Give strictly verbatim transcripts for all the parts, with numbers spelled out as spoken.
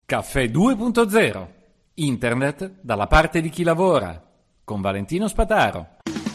Caffè due punto zero. Internet dalla parte di chi lavora. Con Valentino Spataro.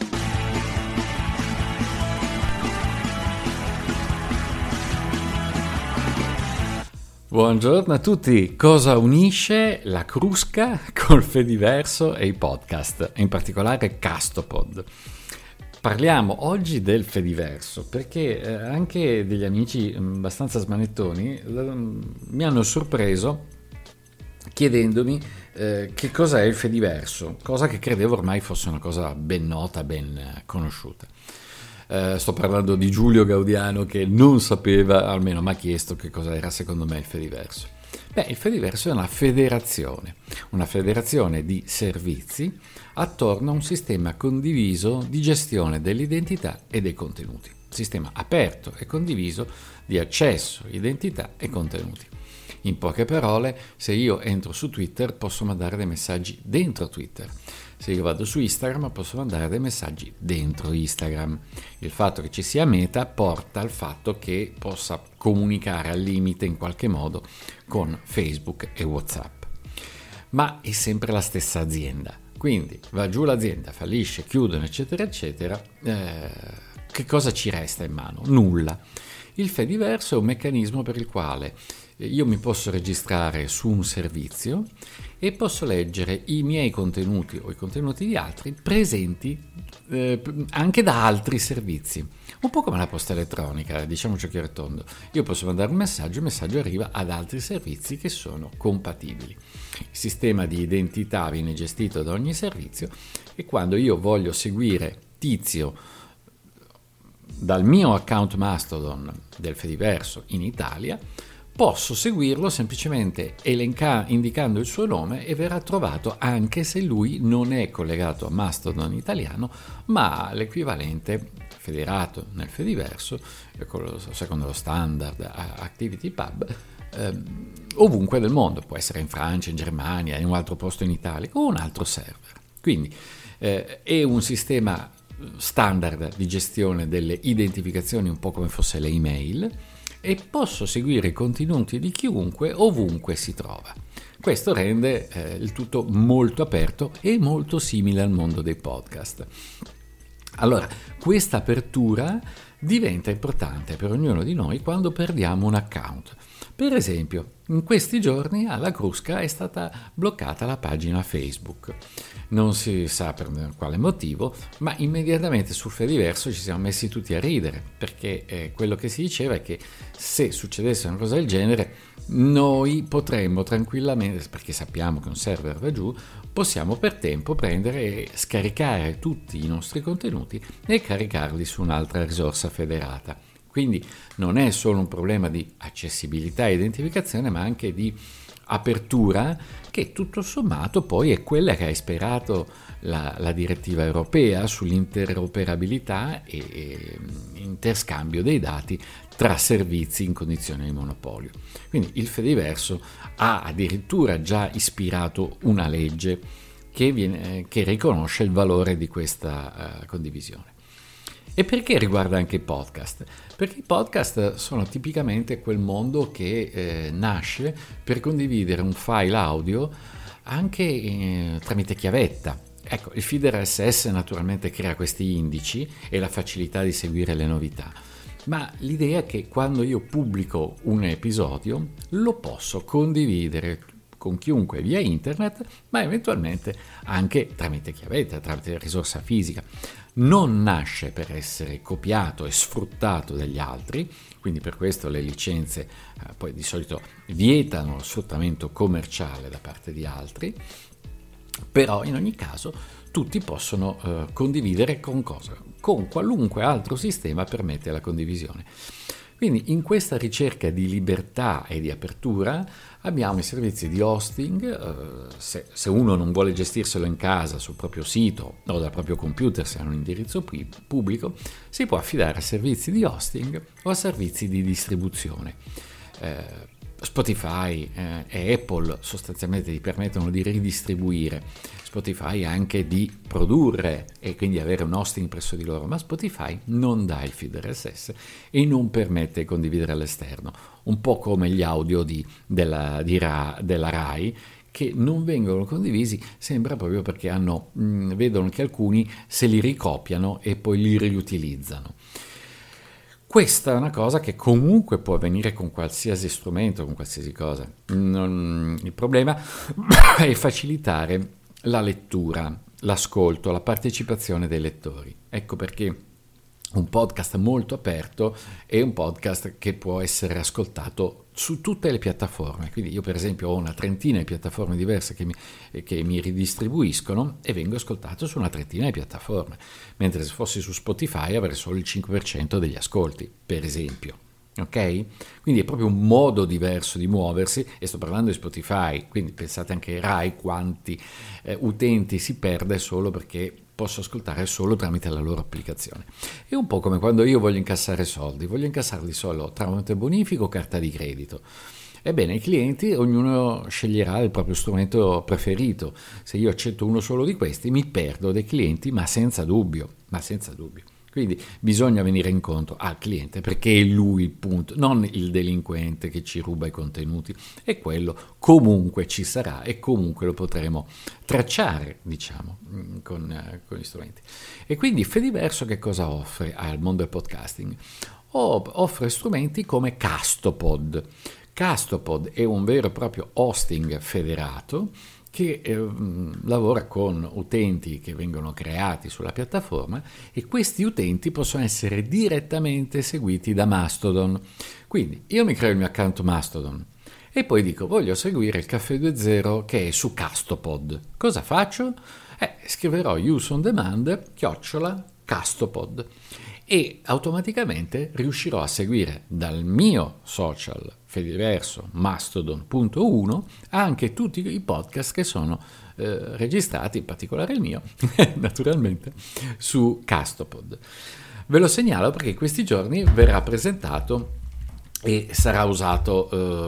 Buongiorno a tutti. Cosa unisce la Crusca col Fediverso e i podcast, in particolare Castopod? Parliamo oggi del Fediverso perché eh, anche degli amici abbastanza smanettoni l- mi hanno sorpreso chiedendomi eh, che cos'è il Fediverso, cosa che credevo ormai fosse una cosa ben nota, ben eh, conosciuta. Eh, sto parlando di Giulio Gaudiano che non sapeva, almeno mi ha chiesto che cosa era secondo me il Fediverso. Beh, il Fediverso è una federazione, una federazione di servizi attorno a un sistema condiviso di gestione dell'identità e dei contenuti. Sistema aperto e condiviso di accesso, identità e contenuti. In poche parole, se io entro su Twitter posso mandare dei messaggi dentro Twitter. Se io vado su Instagram posso mandare dei messaggi dentro Instagram. Il fatto che ci sia Meta porta al fatto che possa comunicare al limite in qualche modo con Facebook e WhatsApp. Ma è sempre la stessa azienda. Quindi va giù l'azienda, fallisce, chiudono, eccetera, eccetera. Eh, che cosa ci resta in mano? Nulla. Il Fediverso è un meccanismo per il quale io mi posso registrare su un servizio e posso leggere i miei contenuti o i contenuti di altri presenti eh, anche da altri servizi. Un po' come la posta elettronica, diciamoci chiaro e tondo. Io posso mandare un messaggio, il messaggio arriva ad altri servizi che sono compatibili. Il sistema di identità viene gestito da ogni servizio e quando io voglio seguire Tizio dal mio account Mastodon del Fediverso in Italia, posso seguirlo semplicemente elenca- indicando il suo nome e verrà trovato anche se lui non è collegato a Mastodon italiano, ma ha l'equivalente federato nel Fediverso, secondo lo standard ActivityPub, ehm, ovunque nel mondo. Può essere in Francia, in Germania, in un altro posto in Italia o un altro server. Quindi eh, è un sistema standard di gestione delle identificazioni, un po' come fosse le email, e posso seguire i contenuti di chiunque ovunque si trova. Questo rende eh, il tutto molto aperto e molto simile al mondo dei podcast. Allora, questa apertura diventa importante per ognuno di noi quando perdiamo un account. Per esempio, in questi giorni alla Crusca è stata bloccata la pagina Facebook. Non si sa per quale motivo, ma immediatamente sul Fediverso ci siamo messi tutti a ridere, perché eh, quello che si diceva è che se succedesse una cosa del genere, noi potremmo tranquillamente, perché sappiamo che un server va giù, possiamo per tempo prendere e scaricare tutti i nostri contenuti e caricarli su un'altra risorsa federata. Quindi non è solo un problema di accessibilità e identificazione, ma anche di apertura, che tutto sommato poi è quella che ha ispirato la, la direttiva europea sull'interoperabilità e, e interscambio dei dati tra servizi in condizioni di monopolio. Quindi il Fediverso ha addirittura già ispirato una legge che, viene, che riconosce il valore di questa uh, condivisione. E perché riguarda anche i podcast? Perché i podcast sono tipicamente quel mondo che eh, nasce per condividere un file audio anche eh, tramite chiavetta. Ecco, il feeder R S S naturalmente crea questi indici e la facilità di seguire le novità, ma l'idea è che quando io pubblico un episodio lo posso condividere con chiunque via internet, ma eventualmente anche tramite chiavetta, tramite risorsa fisica. Non nasce per essere copiato e sfruttato dagli altri, quindi per questo le licenze eh, poi di solito vietano lo sfruttamento commerciale da parte di altri, però in ogni caso tutti possono eh, condividere con cosa? Con qualunque altro sistema permette la condivisione. Quindi in questa ricerca di libertà e di apertura abbiamo i servizi di hosting, eh, se, se uno non vuole gestirselo in casa sul proprio sito o dal proprio computer, se ha un indirizzo pubblico, si può affidare a servizi di hosting o a servizi di distribuzione. Eh, Spotify eh, e Apple sostanzialmente ti permettono di ridistribuire, Spotify anche di produrre e quindi avere un hosting presso di loro, ma Spotify non dà il feed R S S e non permette di condividere all'esterno, un po' come gli audio di, della, di Ra, della Rai, che non vengono condivisi, sembra proprio perché hanno, mh, vedono che alcuni se li ricopiano e poi li riutilizzano. Questa è una cosa che comunque può avvenire con qualsiasi strumento, con qualsiasi cosa. Non, il problema è facilitare la lettura, l'ascolto, la partecipazione dei lettori. Ecco perché un podcast molto aperto è un podcast che può essere ascoltato su tutte le piattaforme. Quindi io per esempio ho una trentina di piattaforme diverse che mi, che mi ridistribuiscono e vengo ascoltato su una trentina di piattaforme, mentre se fossi su Spotify avrei solo il cinque per cento degli ascolti, per esempio. Ok? Quindi è proprio un modo diverso di muoversi, e sto parlando di Spotify, quindi pensate anche Rai quanti eh, utenti si perde solo perché posso ascoltare solo tramite la loro applicazione. È un po' come quando io voglio incassare soldi, voglio incassarli solo tramite bonifico o carta di credito. Ebbene, i clienti, ognuno sceglierà il proprio strumento preferito. Se io accetto uno solo di questi, mi perdo dei clienti, ma senza dubbio, ma senza dubbio. Quindi bisogna venire incontro al cliente, perché è lui il punto, non il delinquente che ci ruba i contenuti, e quello comunque ci sarà e comunque lo potremo tracciare, diciamo, con, eh, con gli strumenti. E quindi Fediverso che cosa offre al mondo del podcasting? O, offre strumenti come Castopod. Castopod è un vero e proprio hosting federato che eh, lavora con utenti che vengono creati sulla piattaforma, e questi utenti possono essere direttamente seguiti da Mastodon. Quindi io mi creo il mio account Mastodon e poi dico voglio seguire il Caffè due zero che è su Castopod. Cosa faccio? Eh, scriverò use on demand chiocciola Castopod e automaticamente riuscirò a seguire dal mio social Fediverso Mastodon punto uno anche tutti i podcast che sono eh, registrati, in particolare il mio, naturalmente, su Castopod. Ve lo segnalo perché questi giorni verrà presentato e sarà usato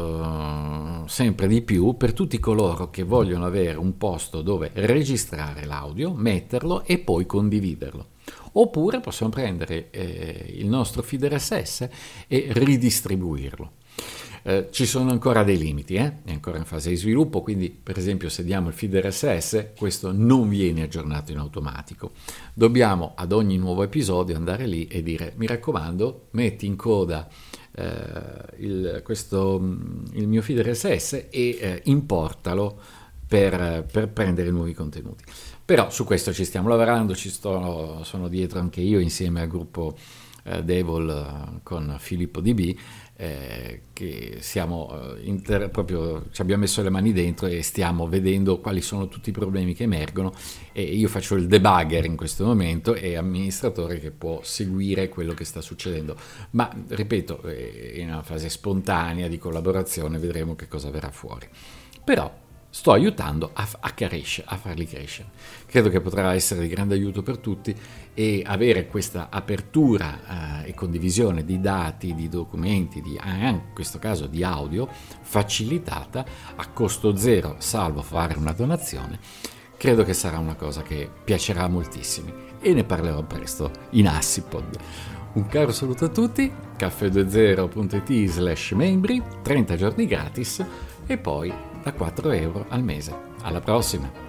eh, sempre di più per tutti coloro che vogliono avere un posto dove registrare l'audio, metterlo e poi condividerlo. Oppure possiamo prendere eh, il nostro feed R S S e ridistribuirlo. Eh, ci sono ancora dei limiti, eh? È ancora in fase di sviluppo, quindi per esempio se diamo il feed R S S questo non viene aggiornato in automatico. Dobbiamo ad ogni nuovo episodio andare lì e dire mi raccomando metti in coda eh, il, questo, il mio feed R S S e eh, importalo per, per prendere nuovi contenuti. Però su questo ci stiamo lavorando, ci sto, sono dietro anche io insieme al gruppo eh, Devil eh, con Filippo D B, eh, che siamo eh, inter- proprio ci abbiamo messo le mani dentro e stiamo vedendo quali sono tutti i problemi che emergono, e io faccio il debugger in questo momento e amministratore che può seguire quello che sta succedendo, ma ripeto è in una fase spontanea di collaborazione, vedremo che cosa verrà fuori, però sto aiutando a, a, crescere, a farli crescere. Credo che potrà essere di grande aiuto per tutti, e avere questa apertura eh, e condivisione di dati, di documenti, di, eh, in questo caso di audio, facilitata a costo zero, salvo fare una donazione, credo che sarà una cosa che piacerà a moltissimi, e ne parlerò presto in Assipod. Un caro saluto a tutti, caffè due zero punto it slash membri, trenta giorni gratis e poi da quattro euro al mese. Alla prossima!